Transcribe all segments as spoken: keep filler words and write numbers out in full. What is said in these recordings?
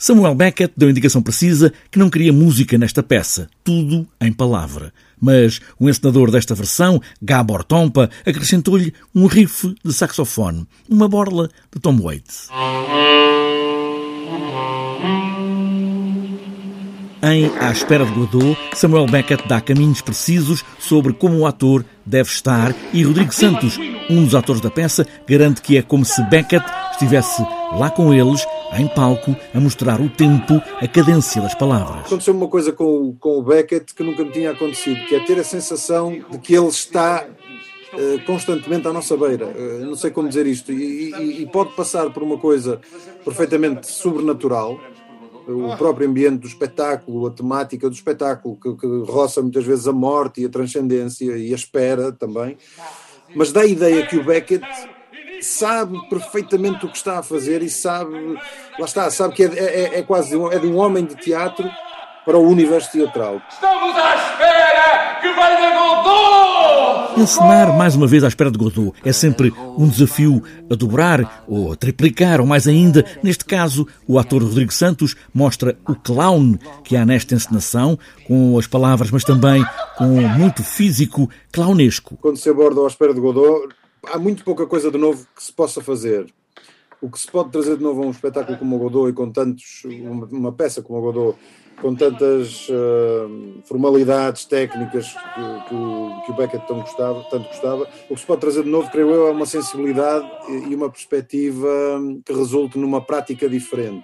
Samuel Beckett deu a indicação precisa que não queria música nesta peça, tudo em palavra. Mas o encenador desta versão, Gabor Tompa, acrescentou-lhe um riff de saxofone, uma borla de Tom Waits. Em À Espera de Godot, Samuel Beckett dá caminhos precisos sobre como o ator deve estar e Rodrigo Santos, um dos atores da peça, garante que é como se Beckett estivesse lá com eles, em palco, a mostrar o tempo, a cadência das palavras. Aconteceu uma coisa com, com o Beckett que nunca me tinha acontecido, que é ter a sensação de que ele está uh, constantemente à nossa beira. Uh, não sei como dizer isto. E, e, e pode passar por uma coisa perfeitamente sobrenatural, o próprio ambiente do espetáculo, a temática do espetáculo, que, que roça muitas vezes a morte e a transcendência e a espera também, mas dá a ideia que o Beckett sabe perfeitamente o que está a fazer e sabe, lá está, sabe que é, é, é quase é de um homem de teatro para o universo teatral. Estamos à espera que venha Godot! Encenar mais uma vez À Espera de Godot é sempre um desafio a dobrar ou a triplicar, ou mais ainda, neste caso, o ator Rodrigo Santos mostra o clown que há nesta encenação, com as palavras, mas também com muito físico clownesco. Quando se aborda À Espera de Godot, há muito pouca coisa de novo que se possa fazer. O que se pode trazer de novo a um espetáculo como o Godot e com tantos, uma, uma peça como o Godot, com tantas uh, formalidades técnicas que, que, que o Beckett tão gostava, tanto gostava, o que se pode trazer de novo, creio eu, é uma sensibilidade e uma perspectiva que resulte numa prática diferente.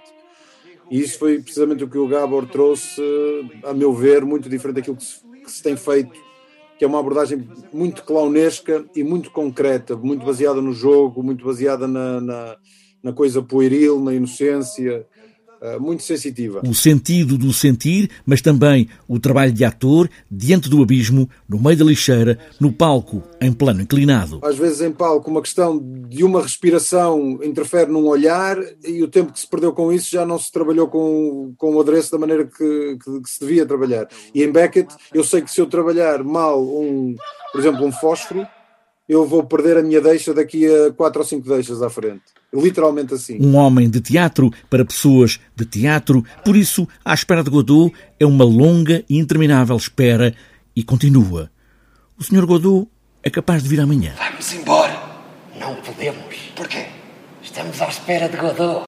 E isso foi precisamente o que o Gabor trouxe, a meu ver, muito diferente daquilo que se, que se tem feito, que é uma abordagem muito clownesca e muito concreta, muito baseada no jogo, muito baseada na, na, na coisa pueril, na inocência, muito sensitiva. O sentido do sentir, mas também o trabalho de ator diante do abismo, no meio da lixeira, no palco, em plano inclinado. Às vezes em palco uma questão de uma respiração interfere num olhar e o tempo que se perdeu com isso já não se trabalhou com, com o adereço da maneira que, que, que se devia trabalhar. E em Beckett eu sei que se eu trabalhar mal, um, por exemplo, um fósforo, eu vou perder a minha deixa daqui a quatro ou cinco deixas à frente. Literalmente assim. Um homem de teatro para pessoas de teatro. Por isso, À Espera de Godot é uma longa e interminável espera e continua. O senhor Godot é capaz de vir amanhã. Vamos embora. Não podemos. Porquê? Estamos à espera de Godot.